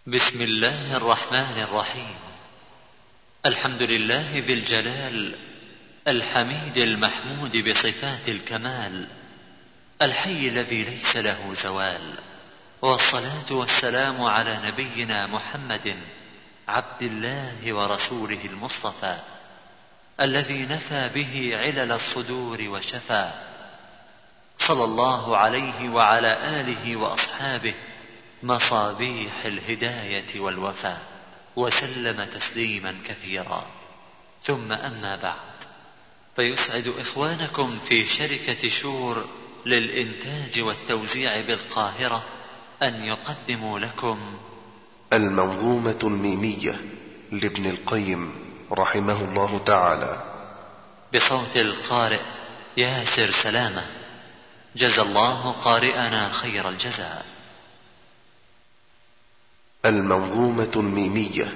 بسم الله الرحمن الرحيم. الحمد لله ذي الجلال الحميد المحمود بصفات الكمال، الحي الذي ليس له زوال، والصلاة والسلام على نبينا محمد عبد الله ورسوله المصطفى، الذي نفى به علل الصدور وشفى، صلى الله عليه وعلى آله وأصحابه مصابيح الهداية والوفاء، وسلم تسليما كثيرا. ثم أما بعد، فيسعد إخوانكم في شركة شور للإنتاج والتوزيع بالقاهرة أن يقدموا لكم المنظومة الميمية لابن القيم رحمه الله تعالى، بصوت القارئ ياسر سلامة، جزى الله قارئنا خير الجزاء. المنظومة الميمية.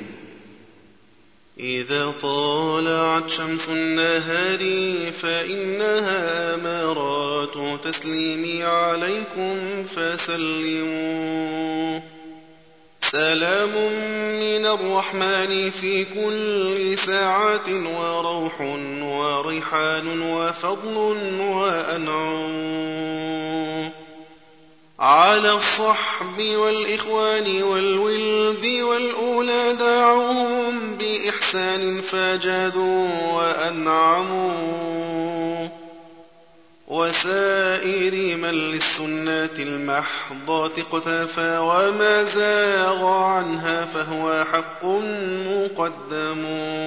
إذا طالعت شمس النهار فإنها أمارات تسليمي عليكم فسلموا، سلام من الرحمن في كل ساعة، وروح وريحان وفضل وأنعام، على الصحب والإخوان والولد والأولى، دعوهم بإحسان فجادوا وأنعموا، وسائر من للسنة المحضات اقتفى، وما زاغ عنها فهو حق مقدم.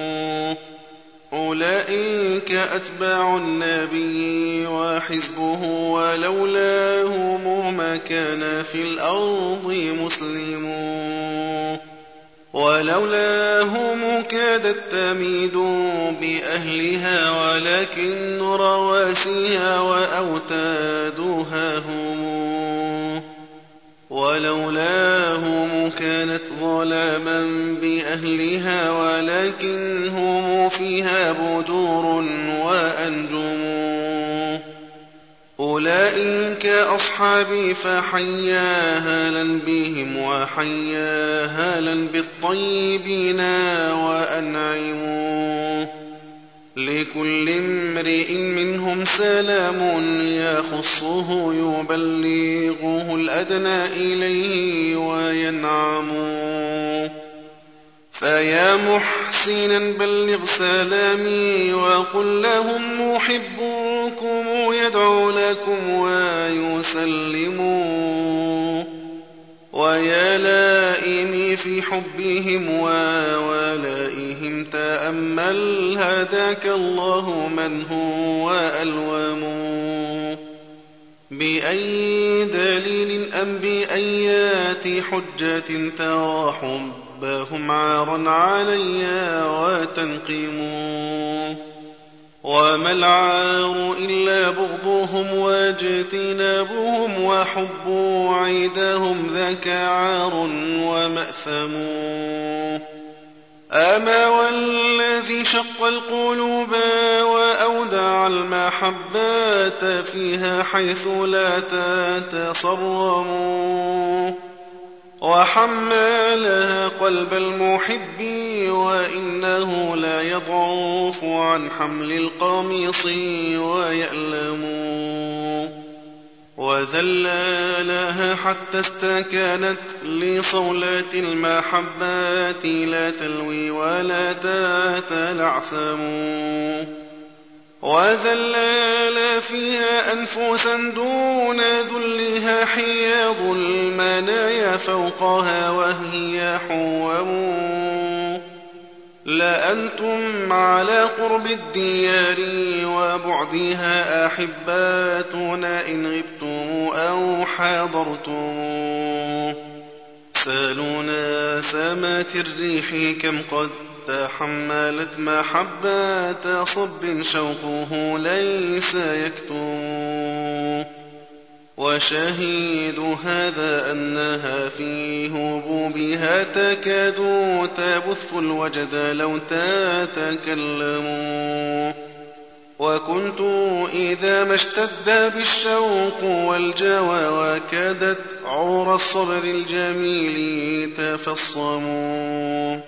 أولئك أتباع النبي وحزبه، ولولاهم ما كان في الأرض مسلم، ولولاهم كادت تميد بأهلها، ولكن رواسيها وأوتادها هم، ولولاهم كانت ظلاما بأهلها، ولكن هم فيها بدور وأنجم. أولئك أصحابي فحيا هالا بهم، وحيا هالا بالطيبين وأنعموا، لكل امرئ منهم سلام يخصه، يبلغه الأدنى إليه وينعم. فيا محسنا بلغ سلامي، وقل لهم محبكم يدعو لكم ويسلم، ويا لائمي في حبهم وولائهم تأمل، هداك الله من هو ألوم. بأي دليل أم بأيات حجة ترى حبهم عارا علي وتنقموا، وما العار إلا بغضهم واجتنابهم، وحب عيدهم ذاك عار ومأثم. أما والذي شق القلوب وأودع المحبات فيها حيث لا تتصرم، وحملها قلب المحب وإنه لا يضعف عن حمل القميص ويألم، وذللها حتى استكانت لصولات المحبات، لا تلوي ولا تتلعثم، وذلل فيها أنفسا دون ذلها، حياض المنايا فوقها وهي حوم. لأنتم على قرب الديار وبعدها أحباتنا، إن غبتم أو حاضرتم. سالونا سمات الريح كم قد تحملت محبة صب، شوقه ليس يكتم. وشهيد هذا أنها في هبوبها تكاد تبث الوجد لو تتكلم، وكنت إذا ما اشتد بالشوق والجوى وكادت عور الصبر الجميل تفصموا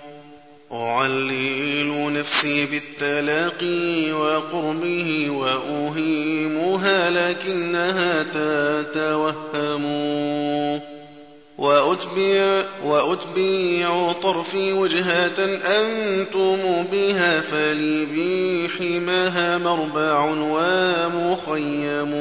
أعلل نفسي بالتلاقي وقربه وأهيمها لكنها تتوهم وأتبع طرفي وجهة أنتم بها فلي بحماها مربع ومخيم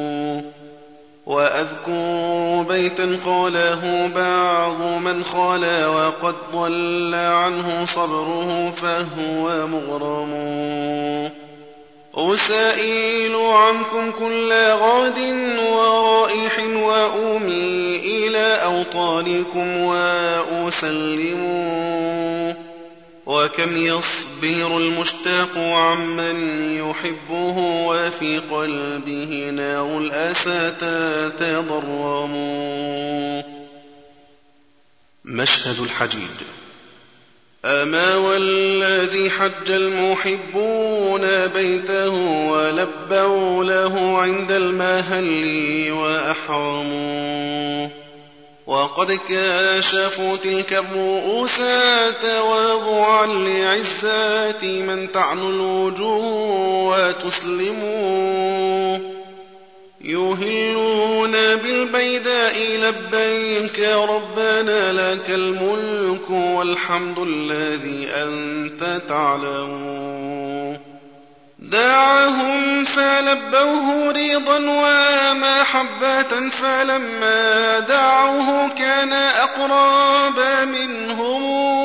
وأذكر بيتا قاله بعض من خلا وقد ضل عنه صبره فهو مغرم أسائل عنكم كل غاد ورائح وأومي إلى أوطانكم وأسلم وكم يصبر المشتاق عمن يحبه وفي قلبه نار الأسى تتضرم. مشهد الحجيج. أما والذي حج المحبون بيته ولبوا له عند المهل وأحرموا وقد كاشفوا تلك الرؤوس تواضعا لعزات من تعنو الوجوه وتسلموا يهلون بالبيداء لبيك ربنا لك الملك والحمد الذي أنت تعلم دعاهم فلبوه رضا ومحبة فلما دعوه كان أقرب منهم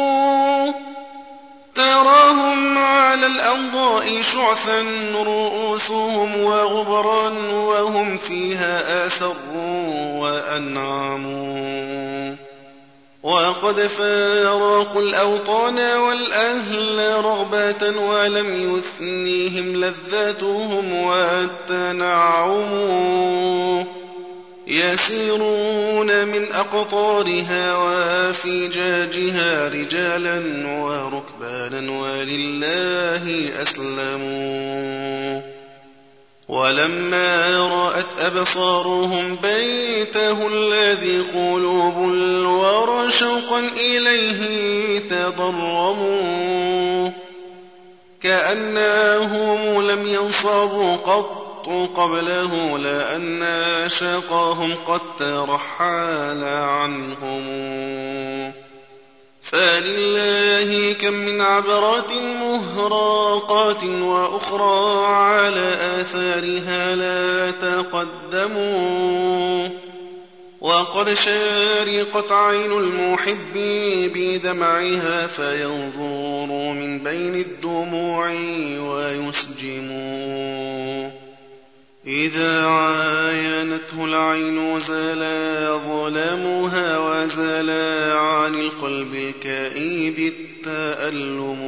تراهم على الأوضاء شعثا رؤوسهم وغبرا وهم فيها أسروا وأنعموا وقد فارقوا الأوطان والأهل رغبة ولم يثنيهم لذاتهم والتنعم يسيرون من أقطارها وفجاجها رجالا وركبانا ولله أسلموا ولما رأت أبصارهم بيته الذي قلوب الورى شوقا إليه تضرموا كأنهم لم ينصبوا قط قبله لأن شقاهم قد ترحل عنهم فلله كم من عبرات مهراقات وأخرى على آثارها لا تقدموا وقد شارقت عين المحب بدمعها فينظر من بين الدموع ويسجموا إذا عاينته العين زلا ظلمها وزلا عن القلب الكئيب التألم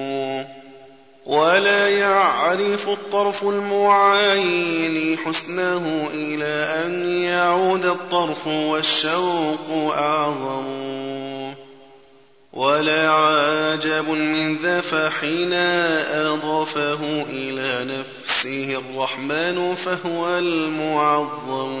ولا يعرف الطرف المعاين حسنه إلى أن يعود الطرف والشوق أعظم ولا عجب من ذا فحين أضافه إلى نفسه الرحمن فهو المعظم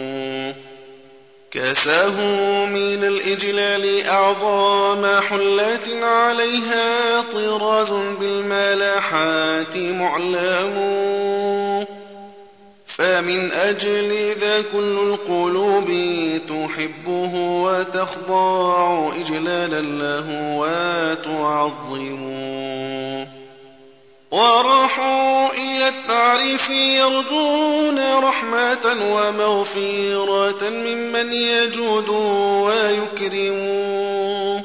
كساه من الإجلال أعظم حلة عليها طراز بالملاحات معلم فمن أجل ذا كل القلوب تحبه وتخضع إجلالا له وتعظمه وراحوا إلى التعريف يرجون رحمة ومغفرة ممن يجود ويكرم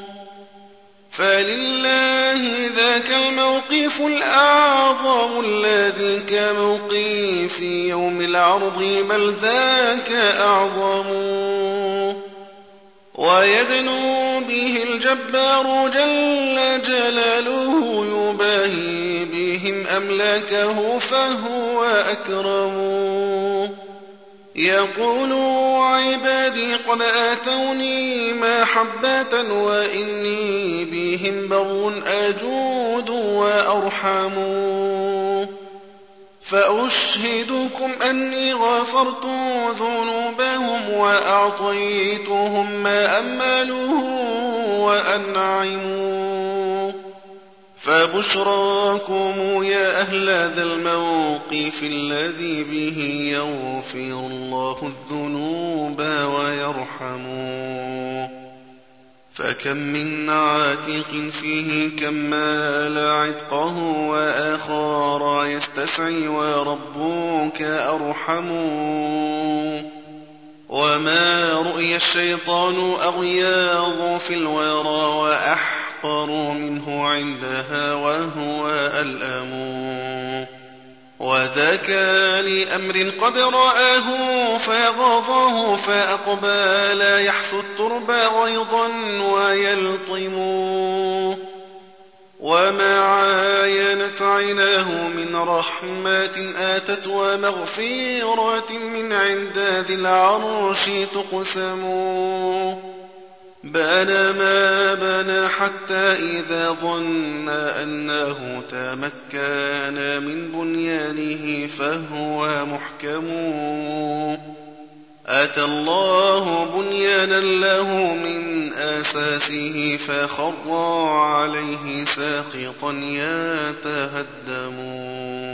فلله ذاك الموقف الأعظم الذي كموقف يوم العرض بل ذاك أعظم ويدنو به الجبار جل جلاله يباهي بهم أملاكه فهو أكرم يقول عبادي قد آتوني محبة وإني بهم بر أجود وأرحم فأشهدكم أني غفرت ذنوبهم وأعطيتهم ما أملوا وأنعموا. فبشراكم يا أهل ذا الموقف الذي به يغفر الله الذنوب ويرحمه. فكم من عاتق فيه كمال عتقه وآخر يستسعي وربك أرحم. وما رؤي الشيطان أغياظ في الورى وأحقر منه عندها وهو ألأم. وذاك لأمر قد رآه فغضه فأقبل يحث الترب غيظا ويلطم. وما عاينت عيناه من رحمة آتت ومغفرة من عند ذي العرش تقسم. بنى ما بنى حتى إذا ظن أنه تمكن من بنيانه فهو محكم. أتى الله بنيانا له من أساسه فخر عليه ساقطا يتهدم.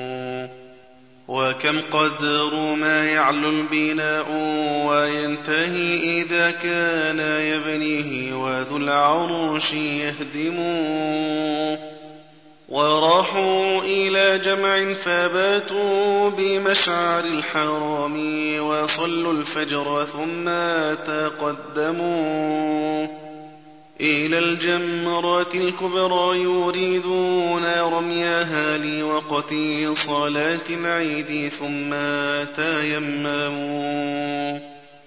وكم قدر ما يعلو البناء وينتهي إذا كان يبنيه وذو العرش يهدم. وراحوا إلى جمع فباتوا بمشعر الحرام وصلوا الفجر ثم تقدموا إلى الجمرة الكبرى يريدون رميها لوقت صلاة العيد ثم تيمموا.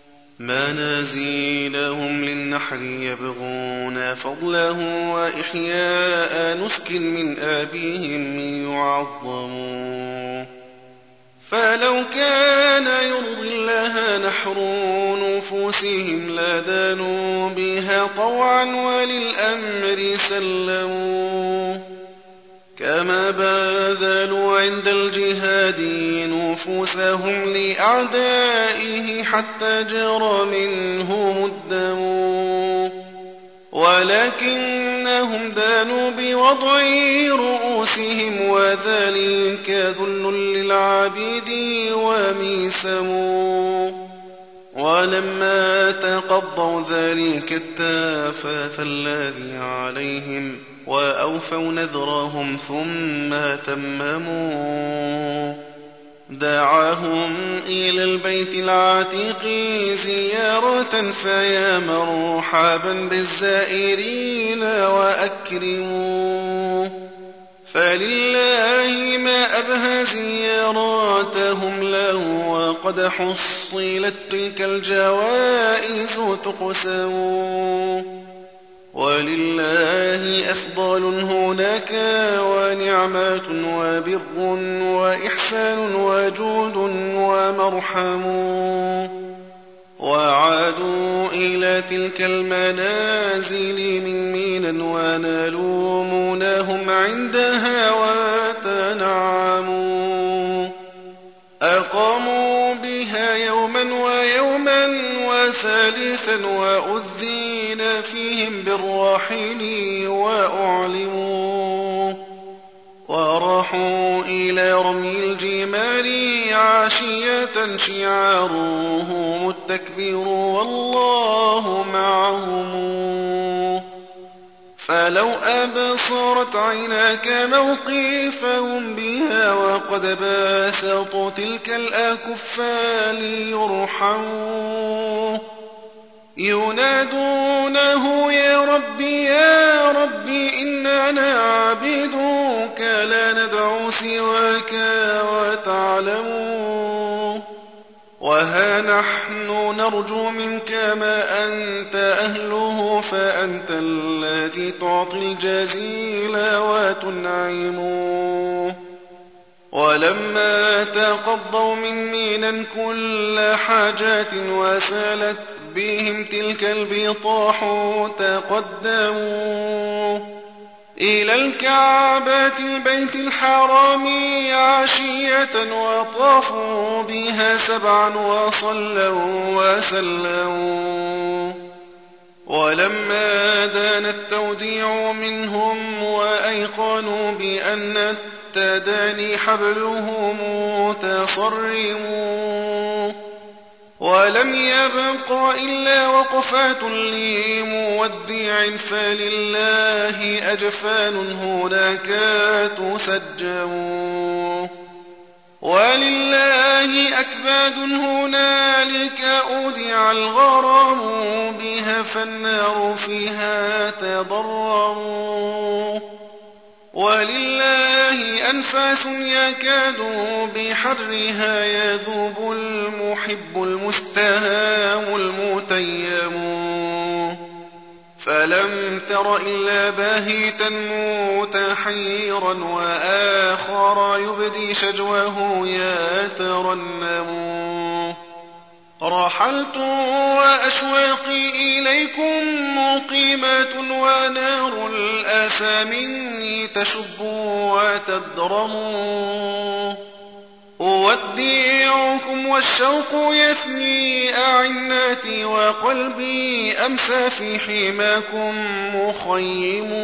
منازلهم للنحر يبغون فضله وإحياء نسك من آبيهم يعظموا. فلو كان يرضي الله نحر نفوسهم لدانوا بها طوعا وللأمر سلموا. كما باذلوا عند الجهاد نفوسهم لأعدائه حتى جرى منهم الدم. ولكنهم دانوا بوضع رؤوسهم وذلك ذل للعبيد وميسم. ولما تقضوا ذلك التافات الذي عليهم وأوفوا نذرهم ثم تمموا. دعاهم إلى البيت العتيق زيارة فيا مرحبا بالزائرين وأكرموا. فلله ما أبهى زياراتهم له وقد حصلت تلك الجوائز تقسم. ولله أفضل هناك ونعمات وبر وإحسان وجود ومرحم. وعادوا إلى تلك المنازل من مينا ونالوا مناهم عندها وتنعموا. أقاموا بها يوما ويوما وثالثا وأذين فيهم بالراحل وأعلموا. وراحوا إلى رمي الجمال عشية شعارهم التكبير والله معهم. فلو أبصرت عيناك موقفهم بها وقد باسطوا تلك الأكف ليرحموا. ينادونه يا ربي يا ربي إننا عبيدك لا ندعو سواك وتعلموا. وها نحن نرجو منك ما أنت أهله فأنت الذي تعطي الجزيل وتنعم. ولما تقضوا من مينا كل حاجات وسالت بهم تلك البطاح تقدموا إلى الكعبة البيت الحرام عشية وطافوا بها 7 وصلوا وسلموا. ولما دان التوديع منهم وأيقنوا بأن التداني حبلهم تصرموا، ولم يبق إلا وقفات لمودع فلله أجفان هناك تسجم، ولله أكباد هنالك أودع الغرام بها فالنار فيها تضرم، ولله أنفاس يكاد بحرها يذوب المحب المستهام المتيم، فلم تر إلا باهتا متحيرا وآخر يبدي شجوه يترنم. رحلت وأشواقي إليكم مقيمات ونار الأسى مني تشب وتدرم، أوديعكم والشوق يثني أعناتي وقلبي أمسى في حماكم مخيم.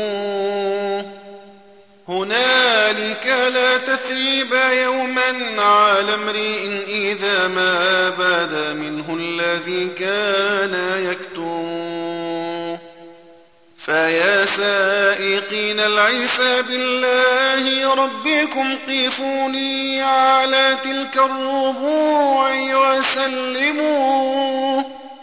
هنالك لا تثريب يوما على امرئ إذا ما بدا منه الذي كان يكتم. فيا سائقين العيسى بالله ربكم قفوني على تلك الربوع وسلموا،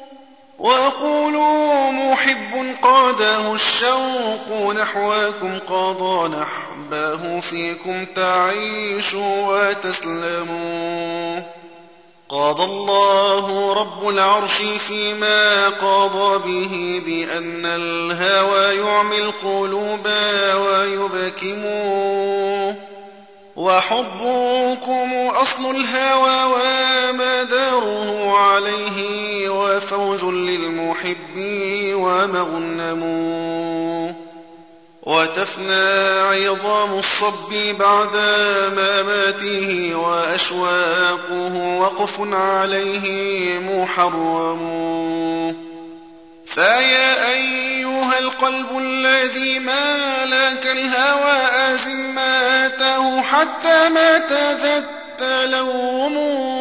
وقولوا محب قاده الشوق نحوكم قضى نحبه فيكم تعيش وتسلموا. قضى الله رب العرش فيما قضى به بأن الهوى يعمي القلوب ويبكموا، وحبكم أصل الهوى ومداره عليه وفوز للمحب ومغنم. وتفنى عظام الصب بعد مماته وأشواقه وقف عليه محرم. فيا أيها القلب الذي مالك الهوى أزماته حتى مات ذا التلوم،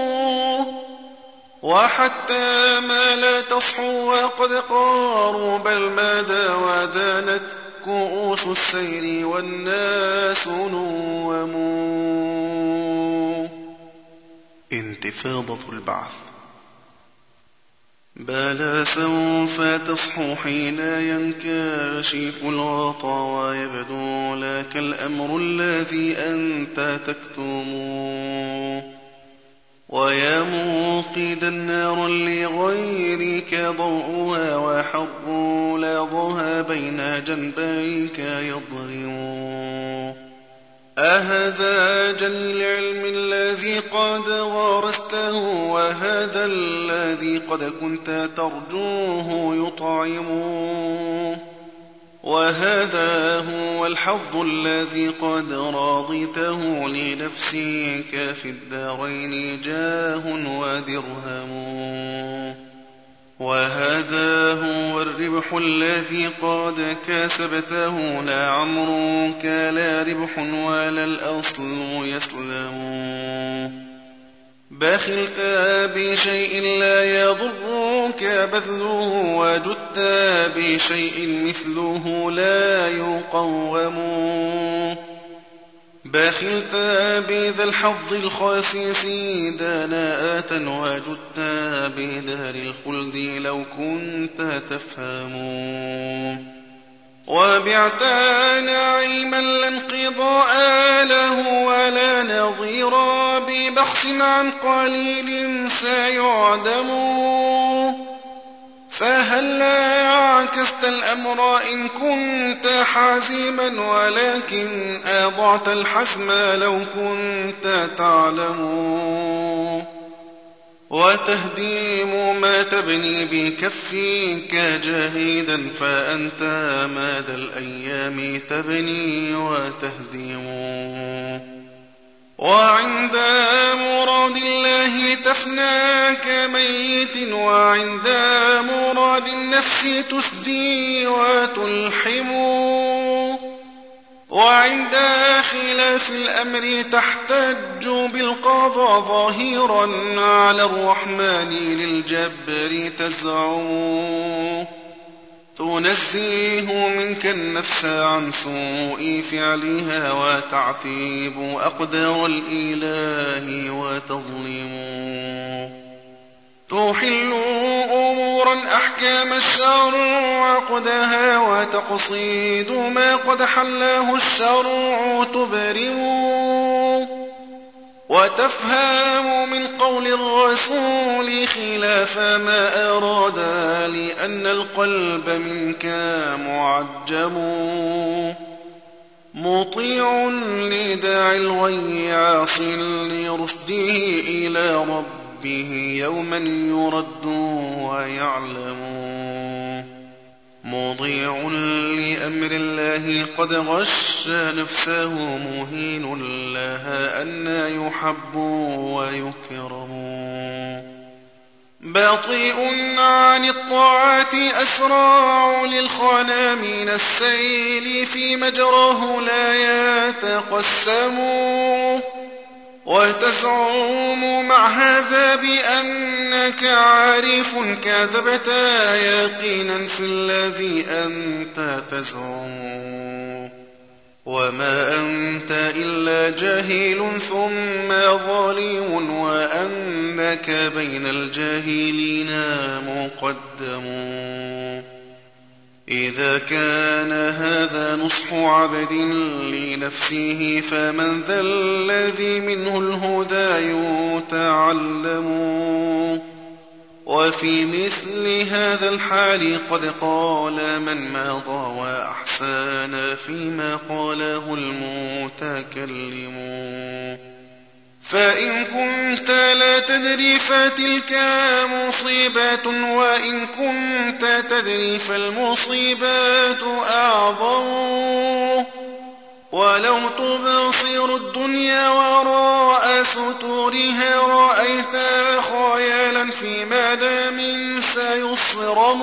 وحتى ما لا تصحو وقد قارب المدى ودانت كؤوس السير والناس نوم. انتفاضة البعث. بلى سوف تصحو حين ينكشف الغطا ويبدو لك الأمر الذي أنت تكتم، ويا موقدا نارا لغيرك ضوءها وحر لظها بين جنبيك يضرم. أهذا جليل العلم الذي قد غرسته، وهذا الذي قد كنت ترجوه يطعم، وهذا هو الحظ الذي قد راضيته لنفسك في الدارين جاه ودرهم، وهذا هو الربح الذي قد كسبته لعمرك لا ربح ولا الأصل يسلم. بخلت بشيء لا يضرك بذله وجدت بشيء مثله لا يقوم. بخلت بذا الحظ الخسيس دناءة وجدت بدار الخلد لو كنت تفهم. وبعت نعيما لا انقضاء له ولا نظير ببحث عن قليل سيعدم. فهلا عكست الأمر إن كنت حازما، ولكن أضعت الحزم لو كنت تعلم. وتهديم ما تبني بكفك جاهدا، فأنت مدى الأيام تبني وتهديم. وعند مراد الله تفنى كميت، وعند مراد النفس تسدي وتلحم. وعند خلاف الأمر تحتج بالقضاء ظاهرا على الرحمن للجبر تزعم. تنزيه منك النفس عن سوء فعلها، وتعتيب أقدار الإله وتظلم. تحل أمورا أحكام الشرع عقدها، وتقصيد ما قد حله الشرع تبرم. وتفهم من قول الرسول خلاف ما أراد، لأن القلب منك معجم. مطيع لداعي الغي عاص لرشده، إلى ربه يوما يرد ويعلم. مضيع لأمر الله قد غش نفسه، مهين لها أن يحب ويكرم. بطيء عن الطاعات أسرع للخنا من السيل، في مجراه لا يتقسم. وتزعم مع هذا بأنك عارف، كذبت يقينا في الذي أنت تزعم. وما أنت إلا جاهل ثم ظالم، وأنك بين الجاهلين مقدم. إذا كان هذا نصح عبد لنفسه، فمن ذا الذي منه الهدى يتعلم. وفي مثل هذا الحال قد قال من مضى وأحسن فيما قاله المتكلم. فإن كنت لا تدري فتلك مصيبة، وإن كنت تدري فالمصيبات أعظم. ولو تبصر الدنيا وراء ستورها، رأيت خيالا في مدام سيصرم.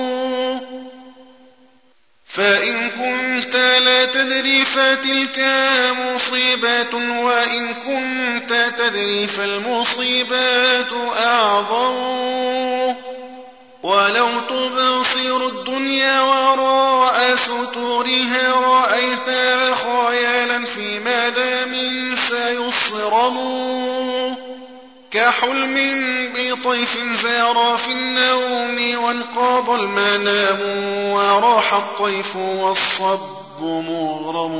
فإن كنت لا تدري فتلك مصيبة، وإن كنت تدري فالمصيبات أعظم. ولو تبصر الدنيا وراء ستورها، رأيت خيالا في مدام سيصرم. كحلم بطيف زار في النوم، وانقضى المنام وراح الطيف والصب مغرم.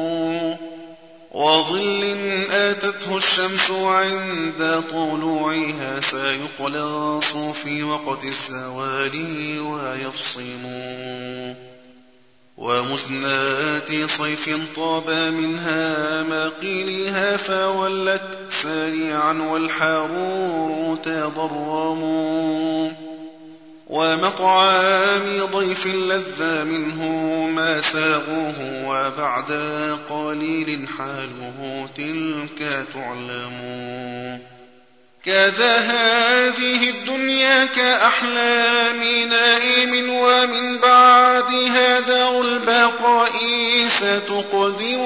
وظل آتته الشمس عند طلوعها، سيخلص في وقت الزوال ويفصم. ومزنات صيف طاب منها ماقيلها، فولت سريعا والحرور تضرم. ومطعام ضيف لذ منه ما ساغوه، وبعد قليل حاله تلك تعلم. كذا هذه الدنيا كأحلام نائم، ومن بعدها دار البقاء ستقدم.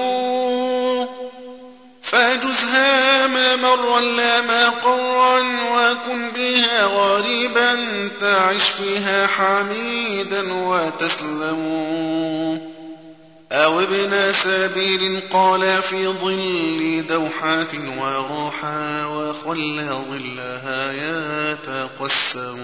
فاجزها ما مرا لا ما قرا، وكن بها غريبا تعش فيها حميدا وتسلم. أو ابن سبيل قال في ظل دوحات، وروحا وخلى ظلها يتقسم.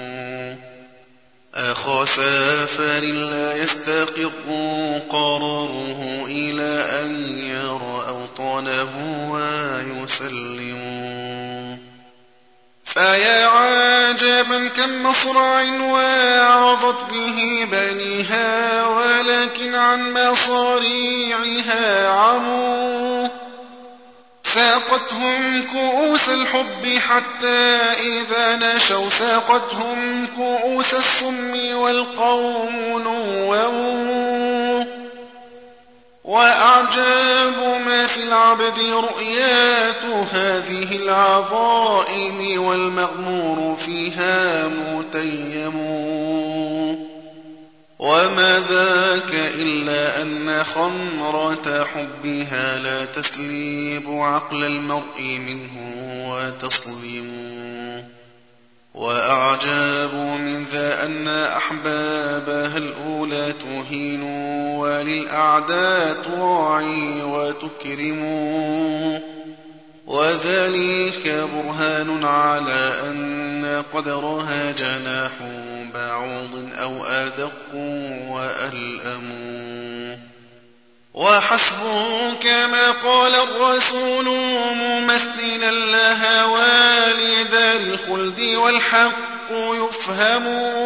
أخا سافر لا يستقر قراره، إلى أن يرى أوطانه ويسلم. فيا عجبا كم مصرع وعظت به بنيها، ولكن عن مصاريعها عموا. ساقتهم كؤوس الحب حتى إذا نشوا ساقتهم كؤوس السم والقوم نووا. وأعجاب ما في العبد رؤيات هذه العظائم والمغمور فيها متيم. وما ذاك إلا أن خمرة حبها لا تسليب عقل المرء منه وتصليم. وأعجاب من ذا أن أحبابها الأولى تهين وللأعداء تراعي وتكرم. وذلك برهان على أن قدرها جناح بعوض أو أدق وألأم. وحسبك ما قال الرسول ممثلا لها والدا الخلد والحق يفهم.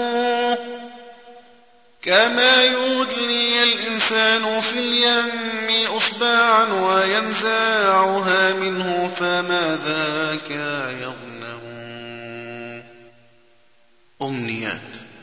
كما يدلي الإنسان في اليم أصبعا وينزعها منه فما ذاك يغنم. أمنيات.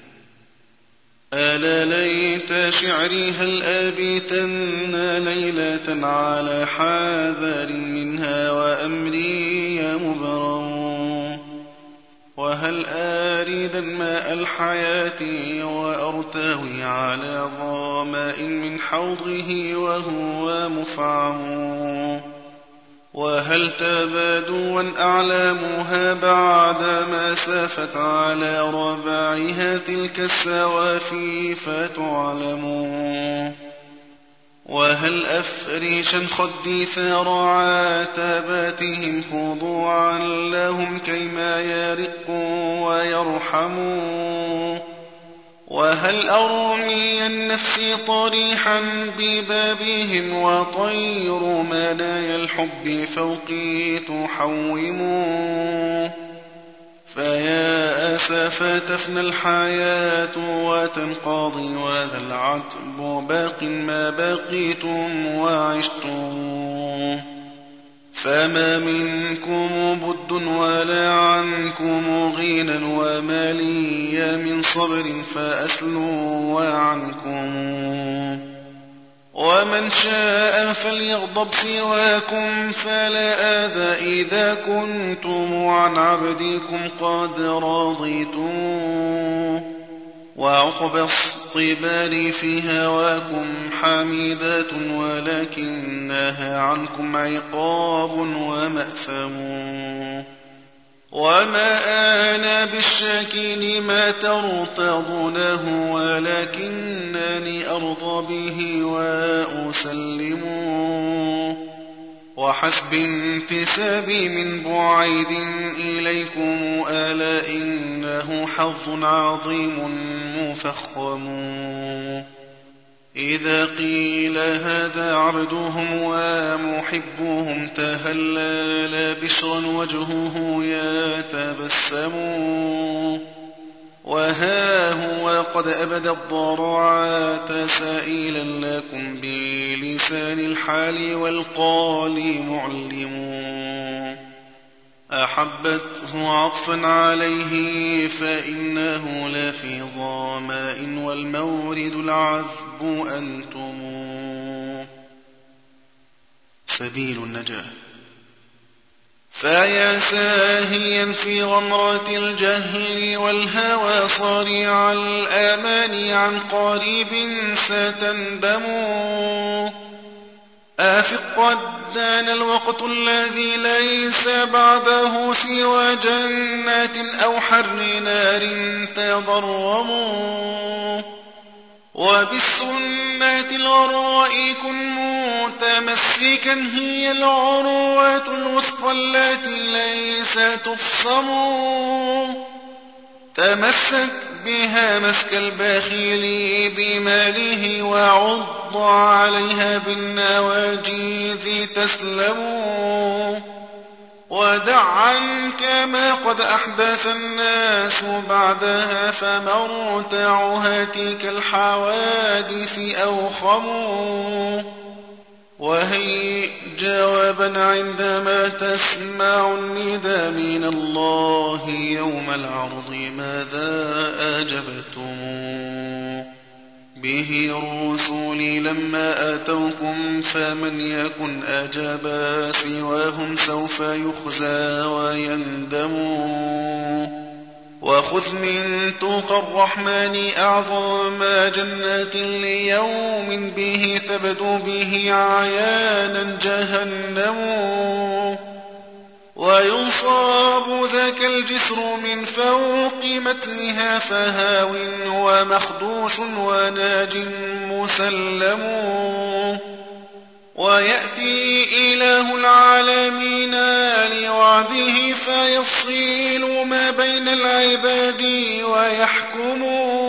ألا ليت شعري هل أبيتن ليلة على حاذر منها وأمري مبرم. وهل آريدا ماء الحياة وأرتوي على ظماء من حوضه وهو مفعم. وهل تبادوا أعلامها بعدما سافت على رباعها تلك السوافي فتعلم. وهل أفريشا خدي ثار عتباتهم خضوعا لهم كيما يرقوا ويرحموا. وهل أرمي النفس طريحا ببابهم وطير منايا الحب فوقي تحوم. فيا أسفا تفنى الحياة وتنقضي وذا العتب باق ما بقيتم وعشتم. فما منكم بد ولا عنكم غنى وما لي من صبر فأسلوا وعنكم. ومن شاء فليغضب سواكم فلا آذى إذا كنتم عن عبدكم قد رضيتم. وعقب الصبار في هواكم حميدات ولكنها عنكم عقاب ومأثم. وما أنا بالشاكين ما ترتضونه ولكنني أرضى به وأسلم. وحسب انتسابي من بعيد إليكم ألا إنه حظ عظيم مفخم. إذا قيل هذا عبدهم ومحبهم تهلل بشرا وجهه يتبسم. وها هو قد أبدى الضراعات سائلا لكم بلسان الحال والقال معلم. أحبته عطفا عليه فإنه لفي ظماء والمورد العذب أنتم. سبيل النجاة. فيا ساهيا في غمرة الجهل والهوى صريع الأمان عن قريب ستندم. أفق قد دان الوقت الذي ليس بعده سوى جنات أو حر نار تضرم. وبالسنة الغراء كن متمسكا هي العروة الوثقى التي ليس تفصم. تمسك بها مسك البخيل بماله وعض عليها بالنواجذ تسلم. ودع عنك ما قد أحدث الناس بعدها فمرتعها تلك الحوادث أوخم. وهي جوابا عندما تسمع الندى من الله يوم العرض ماذا أجبتم به الرسل لما أتوكم فمن يكن أجابا سواهم سوف يخزى ويندم وخذ من تقى الرحمن أعظم جنات ليوم به تبدو به عيانا جهنم ويصاب ذاك الجسر من فوق متنها فهاو ومخدوش وناج مسلم ويأتي إله العالمين لوعده فيفصيل ما بين العباد ويحكم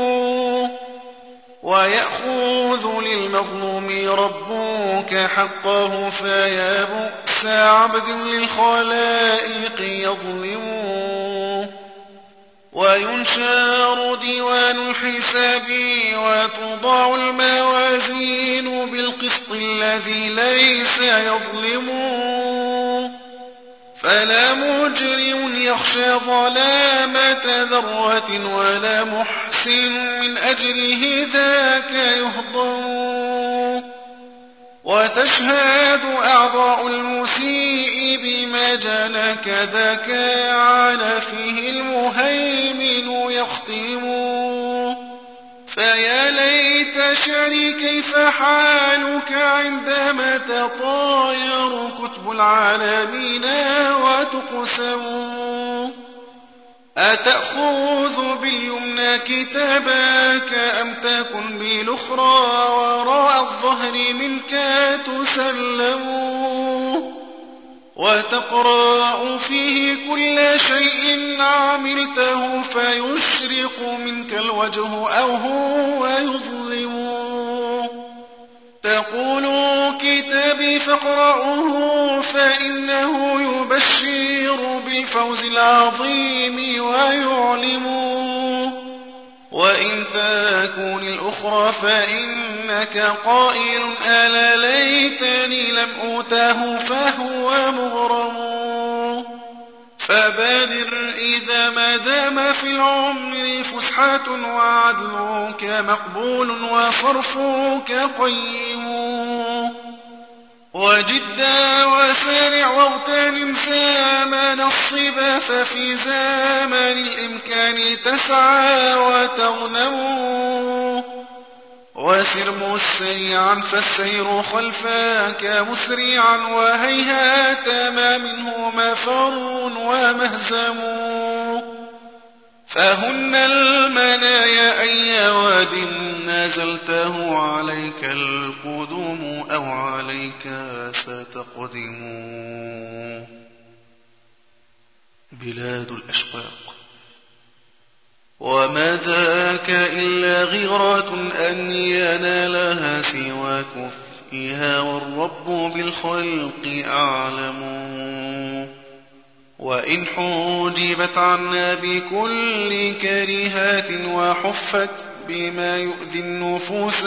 ويأخذ للمظلوم ربك حقه فيا بؤس عبد للخلائق يظلم وينشر ديوان الحساب وتضع الموازين بالقسط الذي ليس يظلم فلا مجرم يخشى ظلامة ذرة ولا محسن من أجله ذاك يهضم وتشهد أعضاء المسيء بما جنى كذاك على فيه المهيمن يختم فيا ليت شعري كيف حالك عندما تطاير كتب العالمين وتقسم أتأخذ باليمنى كتابك أم تكن بالأخرى وراء الظهر منك تسلم وتقرأ فيه كل شيء عملته فيشرق منك الوجه أو هو يظلم تقول كتابي فاقرأه فإنه يبشر بالفوز العظيم ويعلم وإن تكون الأخرى فإنك قائل ألا ليتني لم أوته فهو مغرم فبادر إذا ما دام في العمر فسحة وعدلك مقبول وصرفك قيم وجدا وسارع واغتنم زمان الصبا ففي زمان الإمكان تسعى وتغنم وسر مسرعا فالسير خلفك مسرعا وهيهات ما منه مفر ومهزم فهن المنايا أي واد نزلته عليك القدوم أو عليك ستقدم بلاد الأشواق وما ذاك إلا غيرة أن ينالها سوى كفئها والرب بالخلق أعلم وإن حجبت عنا بكل كريهات وحفت بما يؤذي النفوس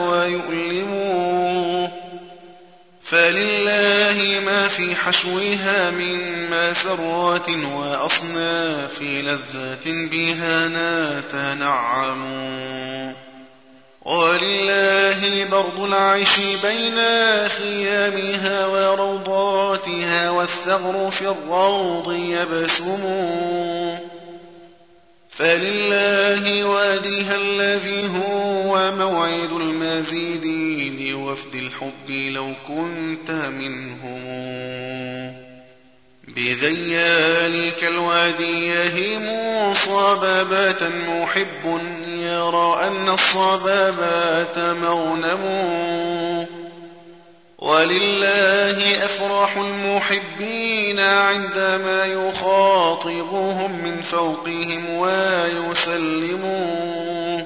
ويؤلم فلله ما في حشوها من مسرات وأصناف لذات بها نتنعم ولله برض العيش بين خيامها وروضاتها والثغر في الروض يبسم فلله واديها الذي هو موعد المزيد لوفد الحب لو كنت منهم بذيالك الوادي يهم صبابة محب يرى أن الصبابات مغنم ولله أفراح المحبين عندما يخاطبهم من فوقهم ويسلموا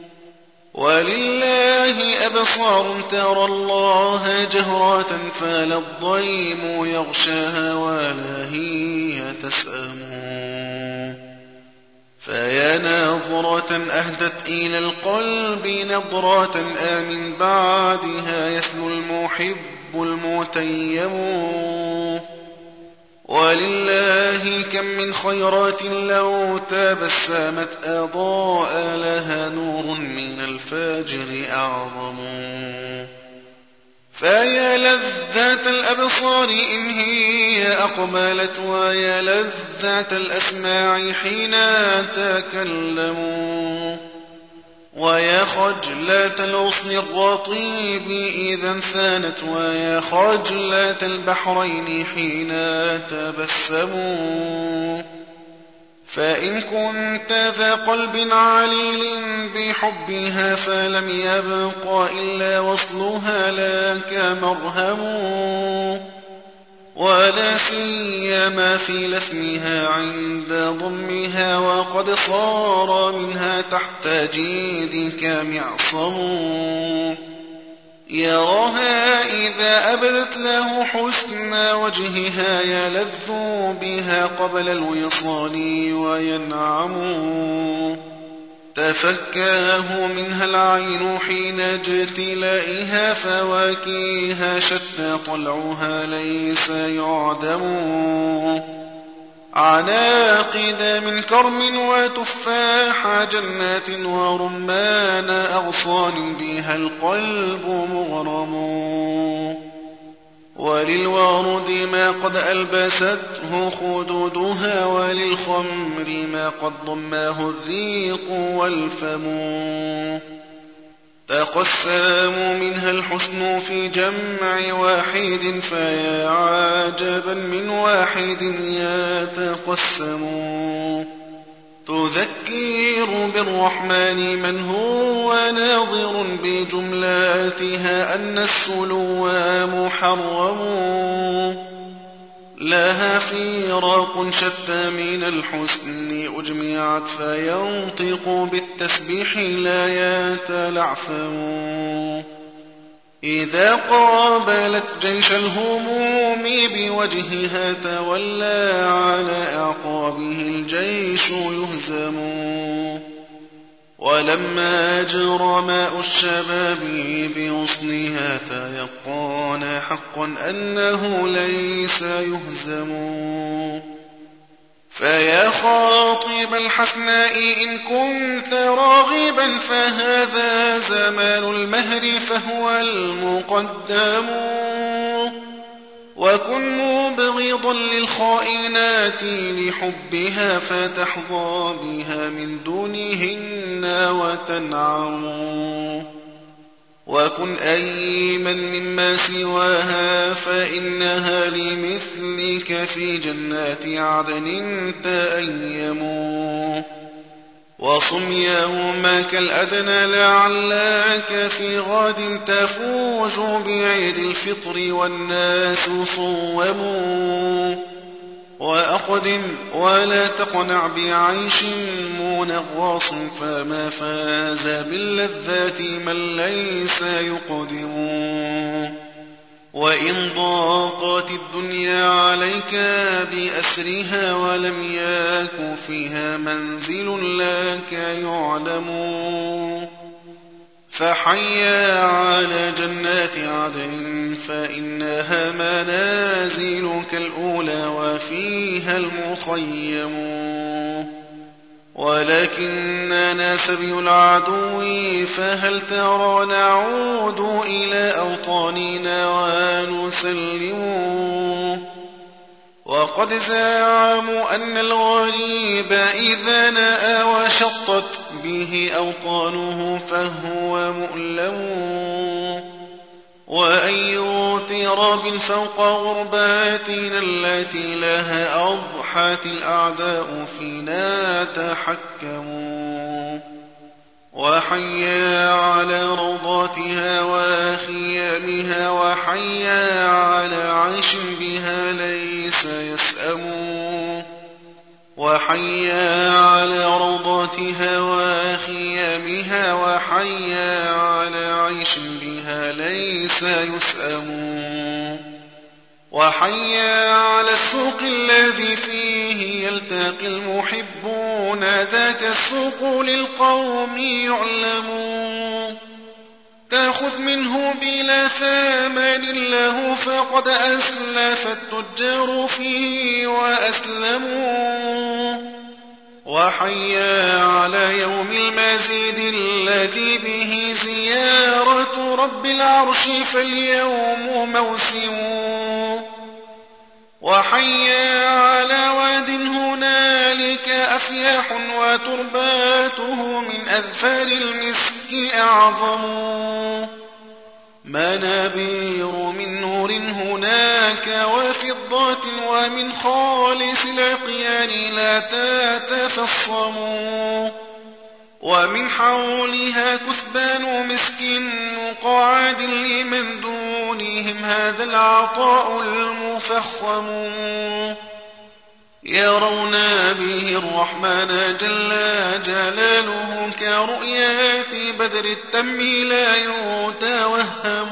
ولله أبصار ترى الله جهرة فلا الضيم يغشاها ولا هي تسأم فيا ناظرة أهدت إلى القلب نظرة آمن بعدها يسلو المحب يحب المتيم. ولله كم من خيرات لو تبسمت أضاء لها نور من الفاجر أعظم. فيا لذة الأبصار إن هي أقبلت ويا لذة الأسماع حين تكلموا. ويا خجلة الغصن الرطيب إذا ثانت ويا خجلة البحرين حين تبسموا. فإن كنت ذا قلب عليل بحبها فلم يبق إلا وصلها لك مرهم. ولا سيما في لثمها عند ضمها وقد صار منها تحت جيدك معصم. يراها إذا أبدت له حسن وجهها يلذ بها قبل الوصال وينعم. تفكاه منها العين حين اجتلائها فواكيها شتى طلعها ليس يعدم. عناقد من كرم وتفاح جنات ورمان أغصان بها القلب مغرم. وللورد ما قد ألبسته خدودها وللخمر ما قد ضماه الريق والفم. تقسم منها الحسن في جمع واحد فيا عجبا من واحد يتقسم. تذكر بالرحمن من هو ناظر بجملاتها أن السلو محرم. لها فراق شتى من الحسن أجمعت فينطق بالتسبيح لا يتلعثم. إذا قابلت جيش الهموم بوجهها تولى على أعقابه الجيش يهزم. ولما جرى ماء الشباب بغصنها تيقن حقا أنه ليس يهزم. فيا خاطب الحسناء إن كنت راغبا فهذا زمان المهر فهو المقدم. وكن مبغضا للخائنات لحبها فتحظى بها من دونهن وتنعم. وكن أيمن مما سواها فإنها لمثلك في جنات عدن تأيم. وصم يومك الأدنى لعلك في غد تفوز بعيد الفطر والناس صوموا. وأقدم ولا تقنع بعيش منغص فما فاز باللذات من ليس يقدم. وإن ضاقت الدنيا عليك بأسرها ولم يك فيها منزل لك يعلم فحيا على جنات عدن فإنها منازلك الأولى وفيها المخيم. ولكننا سبي العدو فهل ترى نعود إلى أوطاننا ونسلم. وقد زعموا أن الغريب إذا نأى وشطت به أوطانه فهو مؤلم. وأي اغتراب فوق غرباتنا التي لها أضحت الأعداء فينا تحكموا. وحيا على روضاتها وخيامها وحيا على عيش بها ليس يسأم. وحيا على روضاتها وخيامها وحيا على عيش بها ليس يسأم. وحيا على السوق الذي فيه يلتقي المحبون ذاك السوق للقوم يعلم. تأخذ منه بلا ثمن له فقد أسلف التجار فيه وأسلموا. وحيا على يوم المزيد الذي به زيارة رب العرش فاليوم موسم. وحيا على واد هنالك أفياح وترباته من أذفار المسك أعظم. منابير من نور هناك وفضة ومن خالص العقيان لا تتفصم. ومن حولها كثبان مسك مقعد لمن دونهم هذا العطاء المفخم. يرون به الرحمن جل جلاله كرؤيات بدر التم لا يتوهم.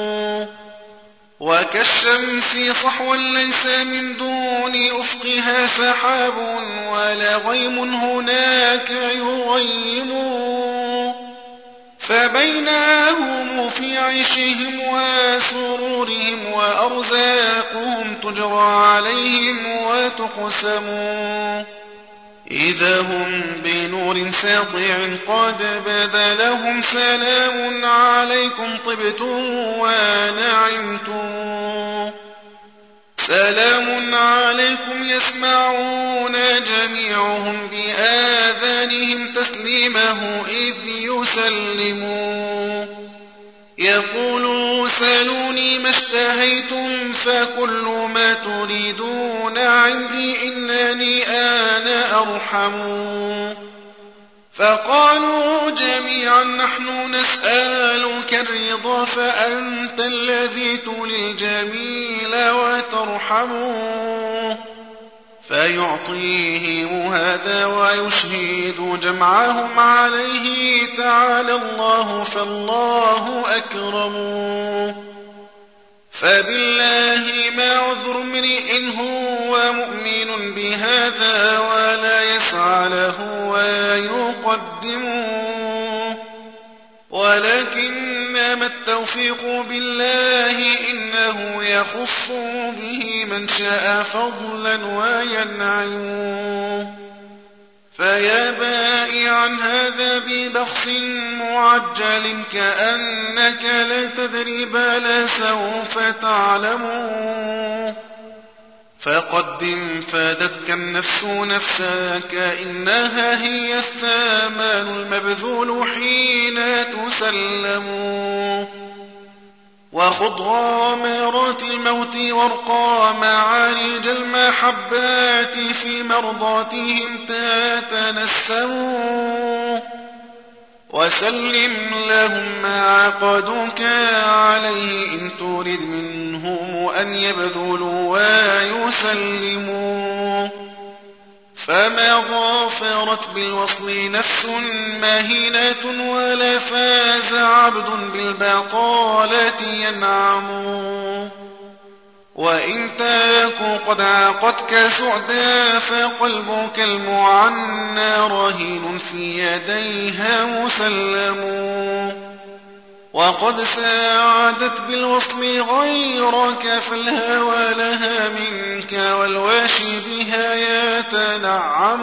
وكالشمس صحوا ليس من دون أفقها سحاب ولا غيم هناك يغيم. فبينهم في عيشهم وسرورهم وأرزاقهم تجرى عليهم وتقسم. إذا هم بنور ساطع قد بدا لهم سلام عليكم طبتم ونعمتم. سلام عليكم يسمعون جميعهم بآذانهم تسليمه إذ يسلموا. يقول سلوني ما اشتهيتم فكل ما تريدون عندي إنني أنا أرحم. فقالوا جميعا نحن نسألك الرضا فأنت الذي تولي الجميل وترحمه. فيعطيهم هذا ويشهد جمعهم عليه تعالى الله فالله أكرم. فبالله ما عذر امرئ هو مؤمن بهذا ولا يسعى له ويقدمه. ولكنما التوفيق بالله إنه يخص به من شاء فضلا وينعم. فيا بائعا هذا ببخس معجل كأنك لا تدري بل سوف تعلم. فقدم فادتك النفس نفسك إنها هي الثمن المبذول حين تسلم. وخذ غامرات الموت وارقى معارج المحبات في مرضاتهم تتنسم. وسلم لهم ما عقدوك عليه إن تريد منهم أن يبذلوا ويسلموا. فما ظافرت بالوصل نفس ماهنة ولا فاز عبد بالبطالة ينعم. وإن تاكوا قد عاقتك سعدا فقلبك المعنى رهين في يديها مسلم. وقد ساعدت بالوصل غيرك فالهوى لها منك والواشي بها يتنعم.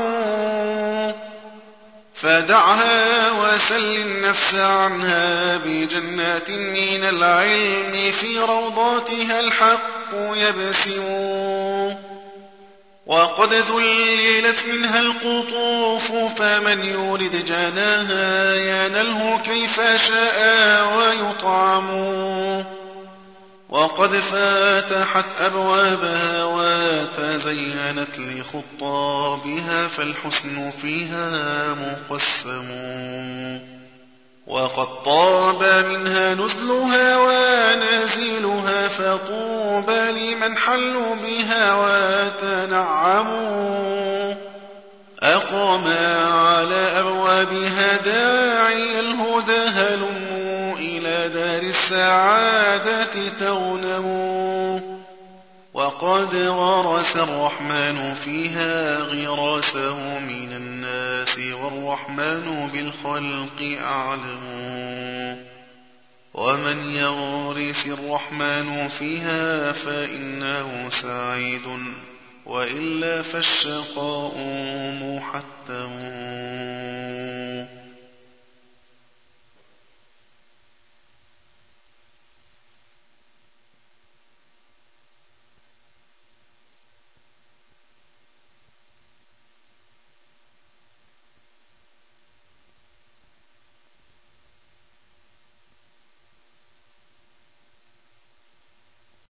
فدعها وسل النفس عنها بجنات من العلم في روضاتها الحق يبسم. وقد ذللت منها القطوف فمن يرد جناها ينله كيف شاء ويطعم. وقد فاتحت أبوابها وتزينت لخطابها فالحسن فيها مقسم. وقد طاب منها نزلها ونازلها فطوبى لمن حلوا بها وتنعموا. أقاما على أبوابها داعي الهدى هلموا إلى دار السعادة تغنموا. وقد غرس الرحمن فيها غراسه من الناس والرحمن بالخلق أعلم. ومن يغرس الرحمن فيها فإنه سعيد، وإلا فالشقاء محتم.